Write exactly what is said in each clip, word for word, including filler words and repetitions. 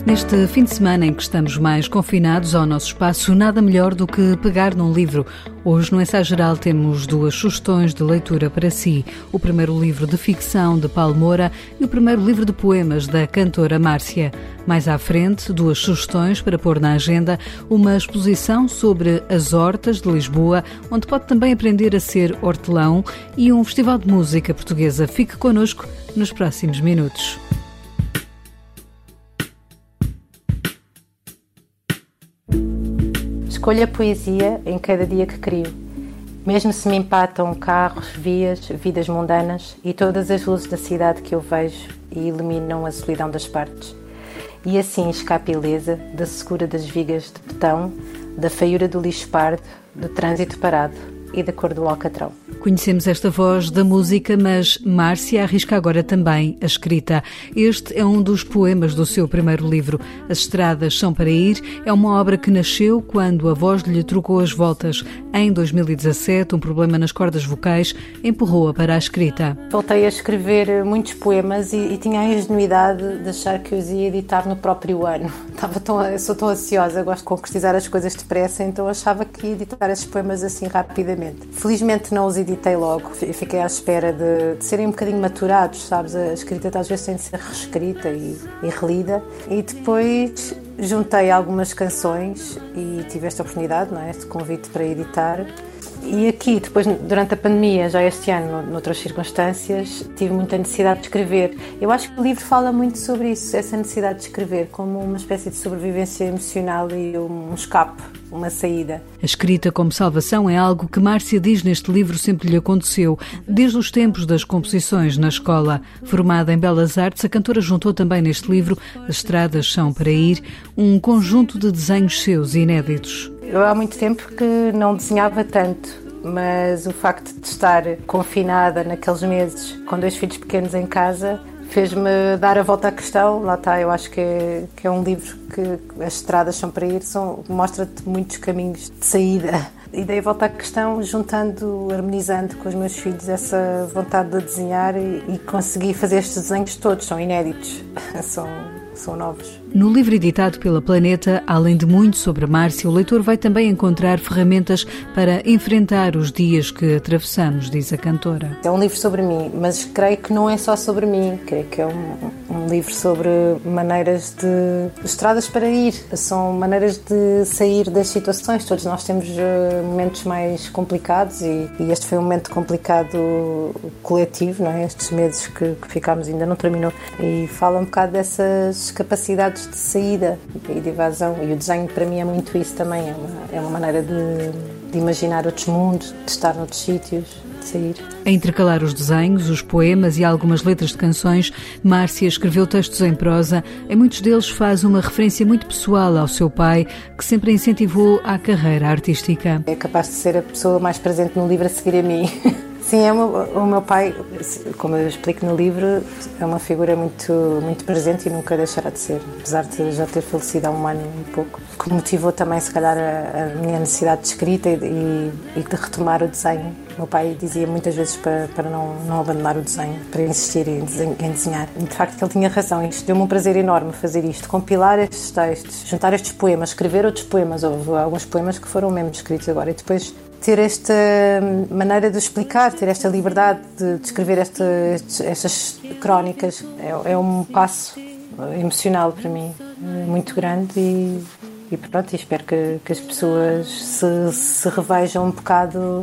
Neste fim de semana em que estamos mais confinados ao nosso espaço, nada melhor do que pegar num livro. Hoje, no Ensaio Geral, temos duas sugestões de leitura para si. O primeiro livro de ficção de Paulo Moura e o primeiro livro de poemas da cantora Márcia. Mais à frente, duas sugestões para pôr na agenda, uma exposição sobre as hortas de Lisboa, onde pode também aprender a ser hortelão, e um festival de música portuguesa. Fique connosco nos próximos minutos. Escolho a poesia em cada dia que crio. Mesmo se me empatam carros, vias, vidas mundanas e todas as luzes da cidade que eu vejo e iluminam a solidão das partes. E assim escape a ilesa da secura das vigas de betão, da feiura do lixo pardo, do trânsito parado e da cor do alcatrão. Conhecemos esta voz da música, mas Márcia arrisca agora também a escrita. Este é um dos poemas do seu primeiro livro. As Estradas São para Ir é uma obra que nasceu quando a voz lhe trocou as voltas. Em dois mil e dezassete, um problema nas cordas vocais empurrou-a para a escrita. Voltei a escrever muitos poemas e, e tinha a ingenuidade de achar que os ia editar no próprio ano. Estava tão, eu sou tão ansiosa, gosto de concretizar as coisas depressa, então achava que ia editar esses poemas assim rapidamente. Felizmente não os editei logo, fiquei à espera de, de serem um bocadinho maturados, sabes? A escrita às vezes tem de ser reescrita e, e relida. E depois juntei algumas canções e tive esta oportunidade, não é? Este convite para editar. E aqui, depois, durante a pandemia, já este ano, noutras circunstâncias, tive muita necessidade de escrever. Eu acho que o livro fala muito sobre isso, essa necessidade de escrever, como uma espécie de sobrevivência emocional e um escape, uma saída. A escrita como salvação é algo que Márcia diz neste livro sempre lhe aconteceu, desde os tempos das composições na escola. Formada em Belas Artes, a cantora juntou também neste livro As Estradas São para Ir, um conjunto de desenhos seus inéditos. Eu há muito tempo que não desenhava tanto, mas o facto de estar confinada naqueles meses com dois filhos pequenos em casa fez-me dar a volta à questão. Lá está, eu acho que é, que é um livro que As Estradas São para Ir, são, mostra-te muitos caminhos de saída. E dei a volta à questão juntando, harmonizando com os meus filhos essa vontade de desenhar e, e consegui fazer estes desenhos todos, são inéditos, são, são novos. No livro editado pela Planeta, além de muito sobre a Márcia, o leitor vai também encontrar ferramentas para enfrentar os dias que atravessamos, diz a cantora. É um livro sobre mim, mas creio que não é só sobre mim, creio que é um, um livro sobre maneiras de... estradas para ir, são maneiras de sair das situações. Todos nós temos momentos mais complicados e, e este foi um momento complicado coletivo, não é? Estes meses que, que ficámos ainda não terminou, e fala um bocado dessas capacidades de saída e de evasão, e o desenho para mim é muito isso também, é uma, é uma maneira de, de imaginar outros mundos, de estar noutros sítios, de sair. A intercalar os desenhos, os poemas e algumas letras de canções, Márcia escreveu textos em prosa. Em muitos deles faz uma referência muito pessoal ao seu pai, que sempre a incentivou à carreira artística. É capaz de ser a pessoa mais presente no livro a seguir a mim. Sim, é o, meu, o meu pai, como eu explico no livro, é uma figura muito, muito presente e nunca deixará de ser, apesar de já ter falecido há um ano e pouco, que motivou também, se calhar, a, a minha necessidade de escrita e, e de retomar o desenho. O meu pai dizia muitas vezes para, para não, não abandonar o desenho, para insistir em, em desenhar. E, de facto, ele tinha razão. Isto deu-me um prazer enorme fazer isto, compilar estes textos, juntar estes poemas, escrever outros poemas. Houve alguns poemas que foram mesmo escritos agora, e depois ter esta maneira de explicar, ter esta liberdade de, de escrever esta, estes, estas crónicas, é, é um passo emocional para mim, muito grande, e, e pronto, espero que, que as pessoas se, se revejam um bocado uh,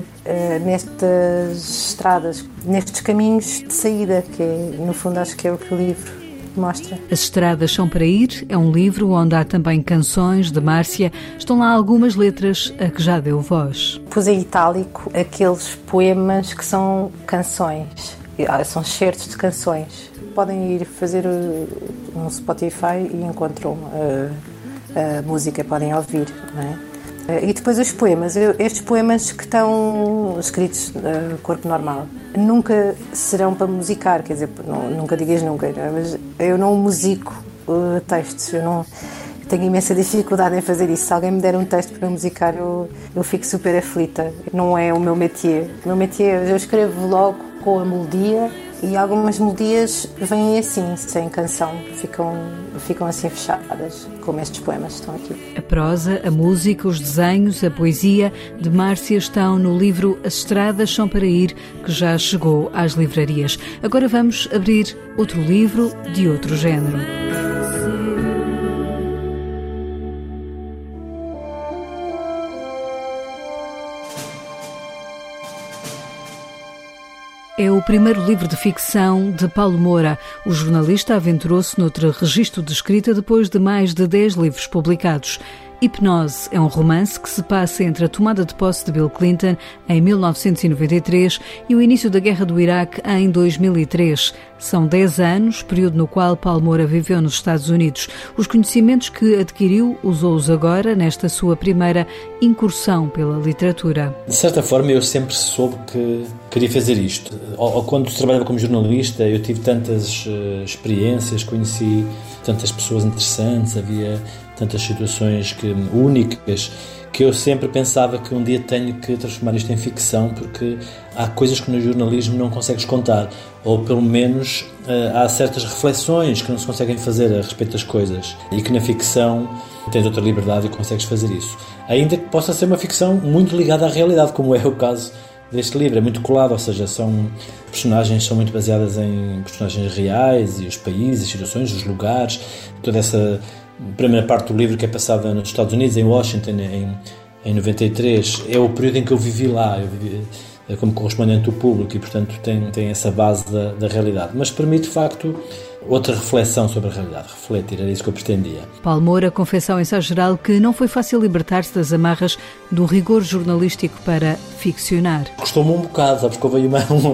nestas estradas, nestes caminhos de saída, que é, no fundo acho que é o que o livro mostra. As Estradas São para Ir é um livro onde há também canções de Márcia. Estão lá algumas letras a que já deu voz. Pus em itálico aqueles poemas que são canções, são certos de canções. Podem ir fazer um Spotify e encontram a, a música, podem ouvir, não é? E depois os poemas, estes poemas que estão escritos uh, corpo normal, nunca serão para musicar, quer dizer, não, nunca digas nunca, não é? Mas eu não musico uh, textos, eu não tenho imensa dificuldade em fazer isso. Se alguém me der um texto para musicar, eu, eu fico super aflita, não é o meu métier. O meu métier, eu escrevo logo com a melodia e algumas melodias vêm assim, sem canção, ficam, ficam assim fechadas, como estes poemas estão aqui. A prosa, a música, os desenhos, a poesia de Márcia estão no livro As Estradas São para Ir, que já chegou às livrarias. Agora vamos abrir outro livro de outro género. É o primeiro livro de ficção de Paulo Moura. O jornalista aventurou-se noutro registro de escrita depois de mais de dez livros publicados. Hipnose é um romance que se passa entre a tomada de posse de Bill Clinton em mil novecentos e noventa e três e o início da Guerra do Iraque em dois mil e três. São dez anos, período no qual Paulo Moura viveu nos Estados Unidos. Os conhecimentos que adquiriu usou-os agora nesta sua primeira incursão pela literatura. De certa forma, eu sempre soube que queria fazer isto. Quando trabalhava como jornalista, eu tive tantas uh, experiências, conheci tantas pessoas interessantes, havia tantas situações que, únicas, que eu sempre pensava que um dia tenho que transformar isto em ficção, porque há coisas que no jornalismo não consegues contar, ou pelo menos uh, há certas reflexões que não se conseguem fazer a respeito das coisas, e que na ficção tens outra liberdade e consegues fazer isso. Ainda que possa ser uma ficção muito ligada à realidade, como é o caso deste livro, é muito colado, ou seja, são personagens são muito baseadas em personagens reais, e os países, as situações, os lugares, toda essa primeira parte do livro, que é passada nos Estados Unidos, em Washington, em, em noventa e três, é o período em que eu vivi lá, eu vivi como correspondente do público, e portanto tem, tem essa base da, da realidade, mas permite de facto outra reflexão sobre a realidade, refletir, era isso que eu pretendia. Paulo Moura confessa ao Ensaio Geral que não foi fácil libertar-se das amarras do rigor jornalístico para ficcionar. Custou-me um bocado, sabes que houve uma, um,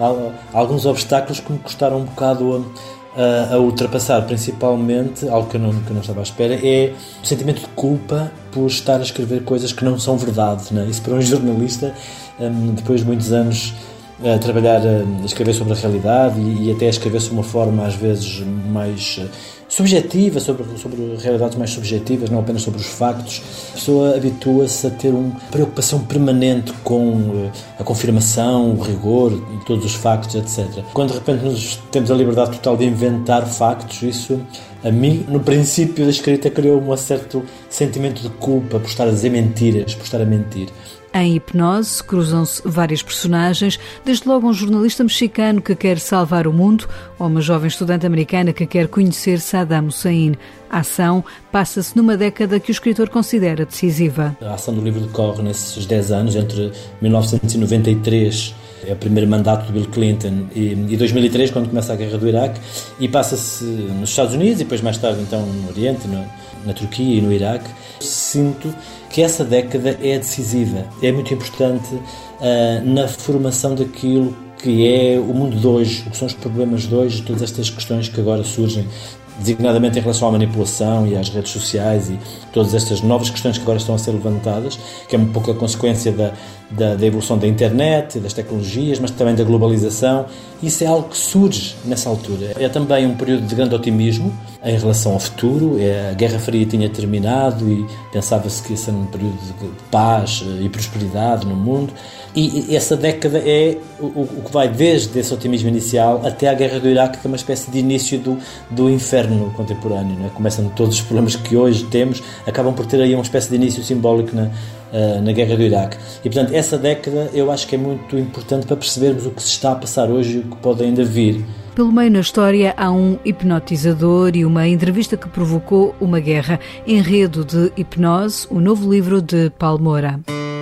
alguns obstáculos que me custaram um bocado a, a ultrapassar, principalmente, algo que eu, não, que eu não estava à espera, é o sentimento de culpa por estar a escrever coisas que não são verdade, não é? Isso para um jornalista, um, depois de muitos anos a trabalhar, a escrever sobre a realidade e, e até a escrever de uma forma às vezes mais uh, subjetiva, sobre, sobre realidades mais subjetivas, não apenas sobre os factos, a pessoa habitua-se a ter uma preocupação permanente com uh, a confirmação, o rigor, todos os factos, etcétera. Quando de repente nos temos a liberdade total de inventar factos, isso a mim, no princípio da escrita, criou um certo sentimento de culpa por estar a dizer mentiras, por estar a mentir. Em Hipnose cruzam-se vários personagens, desde logo um jornalista mexicano que quer salvar o mundo ou uma jovem estudante americana que quer conhecer Saddam Hussein. A ação passa-se numa década que o escritor considera decisiva. A ação do livro decorre nesses dez anos, entre mil novecentos e noventa e três, é o primeiro mandato de Bill Clinton, e dois mil e três, quando começa a Guerra do Iraque, e passa-se nos Estados Unidos e depois mais tarde então no Oriente, no, na Turquia e no Iraque. Sinto que essa década é decisiva, é muito importante uh, na formação daquilo que é o mundo de hoje, o que são os problemas de hoje, todas estas questões que agora surgem, designadamente em relação à manipulação e às redes sociais e todas estas novas questões que agora estão a ser levantadas, que é um pouco a consequência da, da, da evolução da internet, das tecnologias, mas também da globalização. Isso é algo que surge nessa altura. É também um período de grande otimismo em relação ao futuro. A Guerra Fria tinha terminado e pensava-se que ia ser um período de paz e prosperidade no mundo. E essa década é o, o que vai desde esse otimismo inicial até à Guerra do Iraque, que é uma espécie de início do, do inferno contemporâneo, não é? Começam todos os problemas que hoje temos, acabam por ter aí uma espécie de início simbólico na, uh, na Guerra do Iraque. E, portanto, essa década eu acho que é muito importante para percebermos o que se está a passar hoje e o que pode ainda vir. Pelo meio na história há um hipnotizador e uma entrevista que provocou uma guerra. Enredo de Hipnose, o novo livro de Paulo Moura.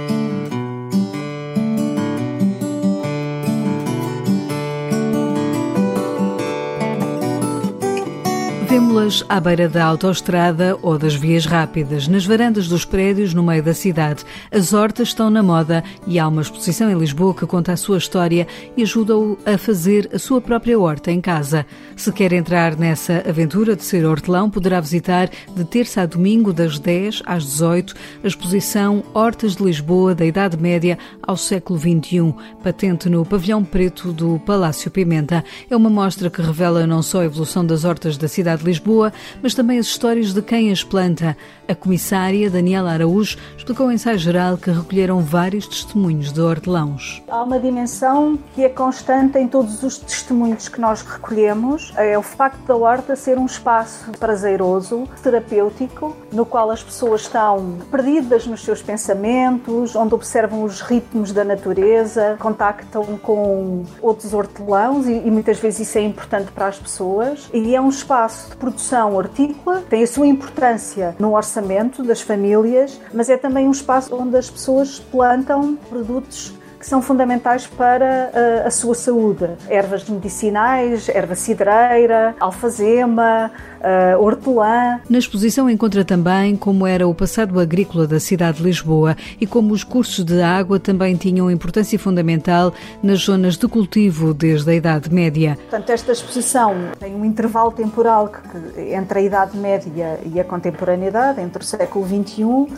Vemo-las à beira da autoestrada ou das vias rápidas, nas varandas dos prédios no meio da cidade. As hortas estão na moda e há uma exposição em Lisboa que conta a sua história e ajuda-o a fazer a sua própria horta em casa. Se quer entrar nessa aventura de ser hortelão, poderá visitar de terça a domingo, das dez às dezoito, a exposição Hortas de Lisboa, da Idade Média ao século vinte e um, patente no pavilhão preto do Palácio Pimenta. É uma mostra que revela não só a evolução das hortas da cidade de Lisboa, mas também as histórias de quem as planta. A comissária Daniela Araújo explicou em ensaio geral que recolheram vários testemunhos de hortelãos. Há uma dimensão que é constante em todos os testemunhos que nós recolhemos, é o facto da horta ser um espaço prazeroso, terapêutico, no qual as pessoas estão perdidas nos seus pensamentos, onde observam os ritmos da natureza, contactam com outros hortelãos e, e muitas vezes isso é importante para as pessoas. E é um espaço de produção hortícola, tem a sua importância no orçamento das famílias, mas é também um espaço onde as pessoas plantam produtos que são fundamentais para a, a sua saúde. Ervas medicinais, erva cidreira, alfazema, uh, hortelã. Na exposição encontra também como era o passado agrícola da cidade de Lisboa e como os cursos de água também tinham importância fundamental nas zonas de cultivo desde a Idade Média. Portanto, esta exposição tem um intervalo temporal que, entre a Idade Média e a contemporaneidade, entre o século vinte e um. Uh,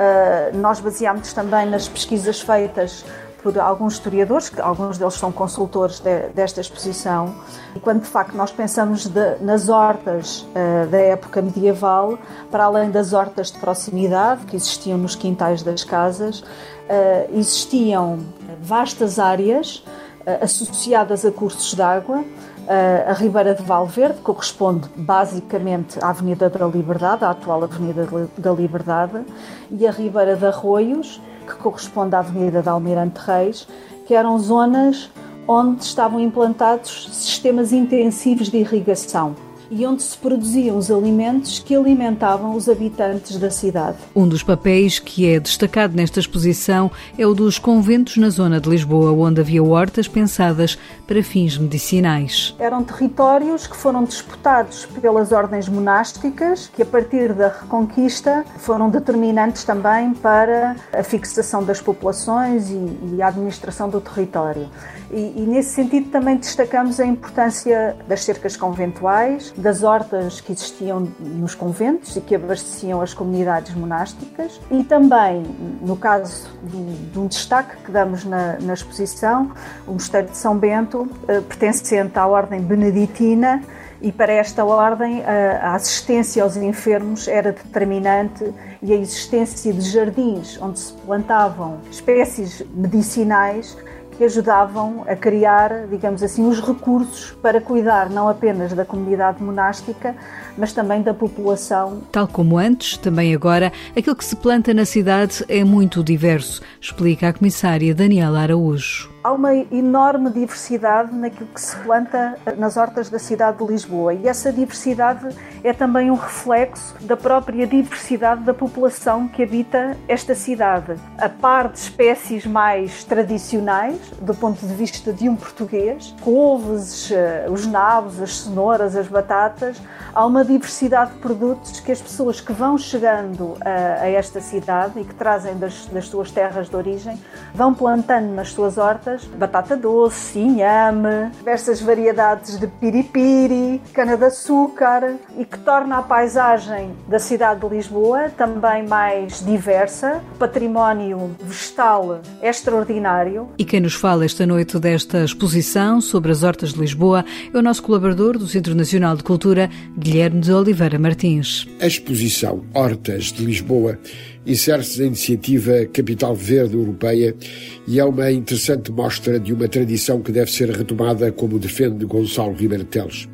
nós baseámos também nas pesquisas feitas por alguns historiadores, que alguns deles são consultores de, desta exposição, e quando de facto nós pensamos de, nas hortas uh, da época medieval, para além das hortas de proximidade que existiam nos quintais das casas, uh, existiam vastas áreas uh, associadas a cursos de água. Uh, a Ribeira de Valverde corresponde basicamente à Avenida da Liberdade, à atual Avenida da Liberdade, e a Ribeira de Arroios, que corresponde à Avenida de Almirante Reis, que eram zonas onde estavam implantados sistemas intensivos de irrigação e onde se produziam os alimentos que alimentavam os habitantes da cidade. Um dos papéis que é destacado nesta exposição é o dos conventos na zona de Lisboa, onde havia hortas pensadas para fins medicinais. Eram territórios que foram disputados pelas ordens monásticas, que a partir da Reconquista foram determinantes também para a fixação das populações e, e a administração do território. E, e nesse sentido também destacamos a importância das cercas conventuais, das hortas que existiam nos conventos e que abasteciam as comunidades monásticas, e também, no caso de, de um destaque que damos na, na exposição, o Mosteiro de São Bento, eh, pertencente à ordem beneditina, e para esta ordem a assistência aos enfermos era determinante e a existência de jardins onde se plantavam espécies medicinais que ajudavam a criar, digamos assim, os recursos para cuidar não apenas da comunidade monástica, mas também da população. Tal como antes, também agora, aquilo que se planta na cidade é muito diverso, explica a comissária Daniela Araújo. Há uma enorme diversidade naquilo que se planta nas hortas da cidade de Lisboa, e essa diversidade é também um reflexo da própria diversidade da população que habita esta cidade. A par de espécies mais tradicionais, do ponto de vista de um português, couves, os nabos, as cenouras, as batatas, há uma diversidade de produtos que as pessoas que vão chegando a, a esta cidade e que trazem das, das suas terras de origem, vão plantando nas suas hortas batata doce, inhame, diversas variedades de piripiri, cana-de-açúcar, e que torna a paisagem da cidade de Lisboa também mais diversa. O património vegetal é extraordinário. E quem nos fala esta noite desta exposição sobre as hortas de Lisboa é o nosso colaborador do Centro Nacional de Cultura, Guilherme de Oliveira Martins. A exposição Hortas de Lisboa insere-se na iniciativa Capital Verde Europeia e é uma interessante mostra de uma tradição que deve ser retomada, como defende Gonçalo Ribeiro Teles.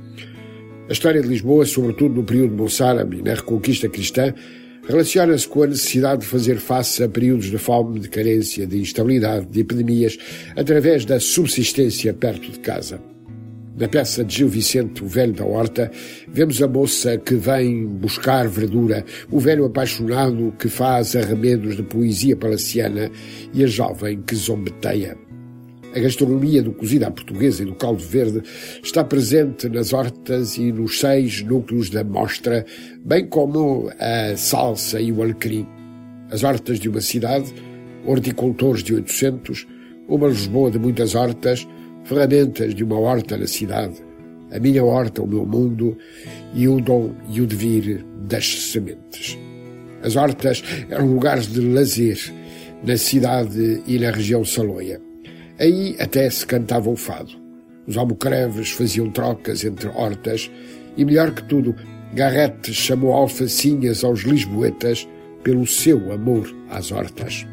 A história de Lisboa, sobretudo no período moçárabe e na Reconquista cristã, relaciona-se com a necessidade de fazer face a períodos de fome, de carência, de instabilidade, de epidemias, através da subsistência perto de casa. Na peça de Gil Vicente, O Velho da Horta, vemos a moça que vem buscar verdura, o velho apaixonado que faz arremedos de poesia palaciana e a jovem que zombeteia. A gastronomia do cozido à portuguesa e do caldo verde está presente nas hortas e nos seis núcleos da mostra, bem como a salsa e o alecrim. As hortas de uma cidade, horticultores de oitocentos, uma Lisboa de muitas hortas, ferramentas de uma horta na cidade, a minha horta, o meu mundo e o dom e o devir das sementes. As hortas eram lugares de lazer na cidade e na região saloia. Aí até se cantava o fado. Os almocreves faziam trocas entre hortas e, melhor que tudo, Garrett chamou alfacinhas aos lisboetas pelo seu amor às hortas.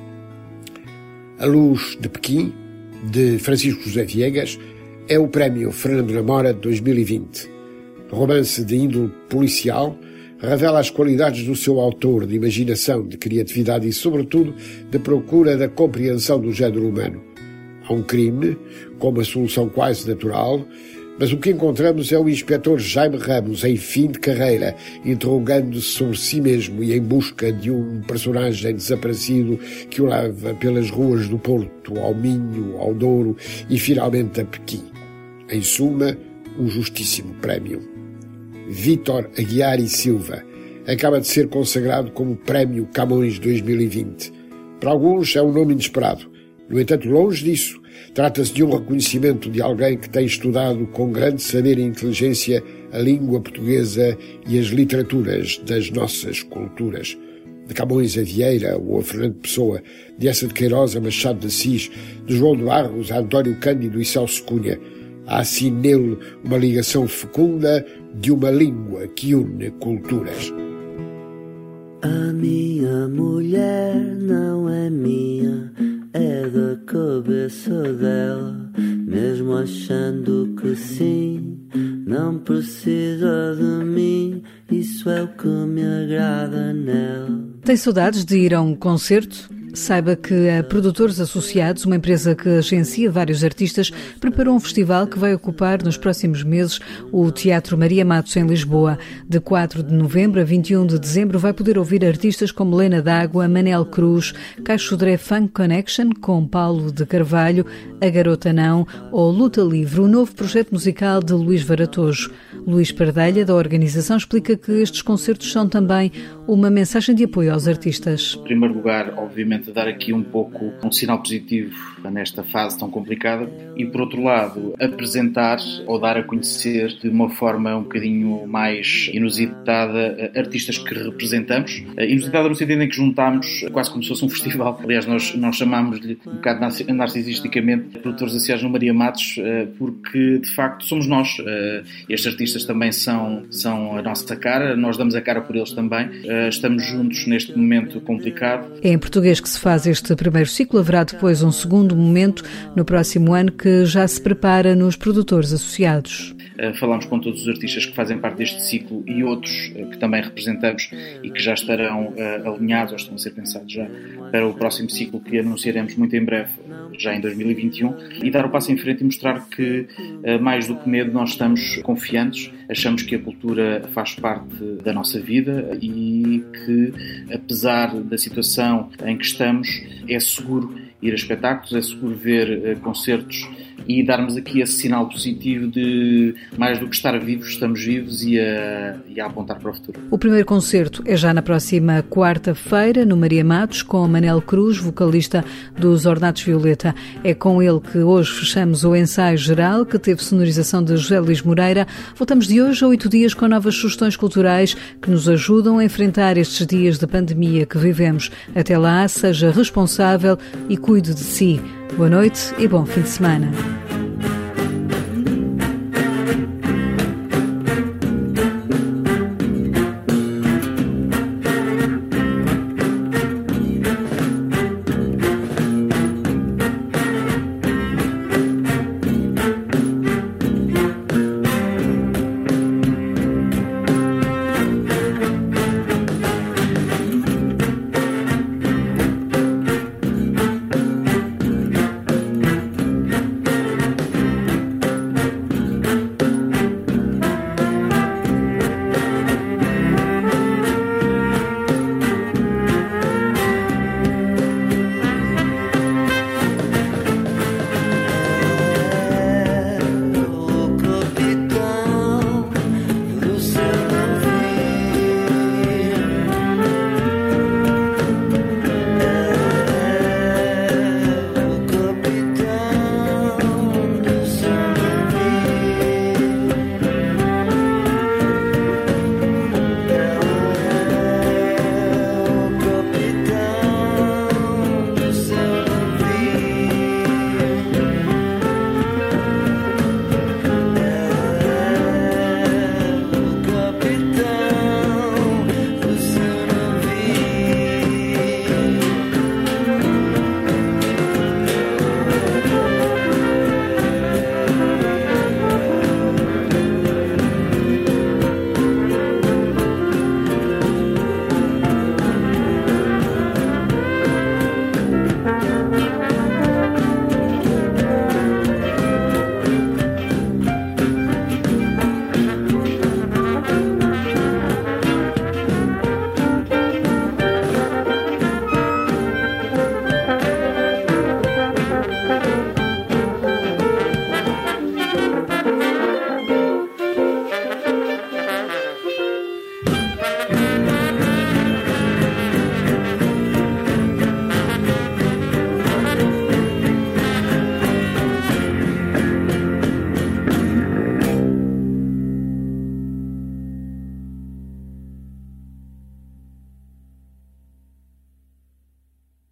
A Luz de Pequim, de Francisco José Viegas, é o prémio Fernando Namora de dois mil e vinte. Romance de índole policial, revela as qualidades do seu autor de imaginação, de criatividade e, sobretudo, de procura da compreensão do género humano. Há um crime, com uma solução quase natural, mas o que encontramos é o inspetor Jaime Ramos, em fim de carreira, interrogando-se sobre si mesmo e em busca de um personagem desaparecido que o leva pelas ruas do Porto, ao Minho, ao Douro e finalmente a Pequim. Em suma, um justíssimo prémio. Vítor Aguiar e Silva acaba de ser consagrado como Prémio Camões dois mil e vinte. Para alguns é um nome inesperado. No entanto, longe disso, trata-se de um reconhecimento de alguém que tem estudado com grande saber e inteligência a língua portuguesa e as literaturas das nossas culturas. De Camões a Vieira ou a Fernando Pessoa, de Eça de Queiroz a Machado de Assis, de João de Barros a António Cândido e Celso Cunha. Há assim nele uma ligação fecunda de uma língua que une culturas. A minha mulher não é minha, é da cabeça dela, mesmo achando que sim, não precisa de mim, isso é o que me agrada nela. Tem saudades de ir a um concerto? Saiba que a Produtores Associados, uma empresa que agencia vários artistas, preparou um festival que vai ocupar nos próximos meses o Teatro Maria Matos em Lisboa. De quatro de novembro a vinte e um de dezembro vai poder ouvir artistas como Lena D'Água, Manel Cruz, Caixo Dré Funk Connection com Paulo de Carvalho, A Garota Não ou Luta Livre, o novo projeto musical de Luís Varatojo. Luís Pardelha, da organização, explica que estes concertos são também uma mensagem de apoio aos artistas. Em primeiro lugar, obviamente, dar aqui um pouco um sinal positivo nesta fase tão complicada e, por outro lado, apresentar ou dar a conhecer de uma forma um bocadinho mais inusitada artistas que representamos. Inusitada no sentido em que juntámos quase como se fosse um festival. Aliás, nós, nós chamámos-lhe um bocado narcisisticamente Produtores Associados no Maria Matos porque, de facto, somos nós. Estes artistas também são, são a nossa cara, nós damos a cara por eles também. Estamos juntos neste momento complicado. É em português que se faz este primeiro ciclo. Haverá depois um segundo momento no próximo ano que já se prepara nos Produtores Associados. Falamos com todos os artistas que fazem parte deste ciclo e outros que também representamos e que já estarão alinhados ou estão a ser pensados já para o próximo ciclo que anunciaremos muito em breve, já em dois mil e vinte e um, e dar o passo em frente e mostrar que, mais do que medo, nós estamos confiantes, achamos que a cultura faz parte da nossa vida e que, apesar da situação em que estamos, é seguro ir a espetáculos, é seguro ver concertos e darmos aqui esse sinal positivo de, mais do que estar vivos, estamos vivos e a, e a apontar para o futuro. O primeiro concerto é já na próxima quarta-feira, no Maria Matos, com Manel Cruz, vocalista dos Ornatos Violeta. É com ele que hoje fechamos o ensaio geral, que teve sonorização de José Luís Moreira. Voltamos de hoje a oito dias com novas sugestões culturais que nos ajudam a enfrentar estes dias de pandemia que vivemos. Até lá, seja responsável e cuide de si. Boa noite e bom fim de semana.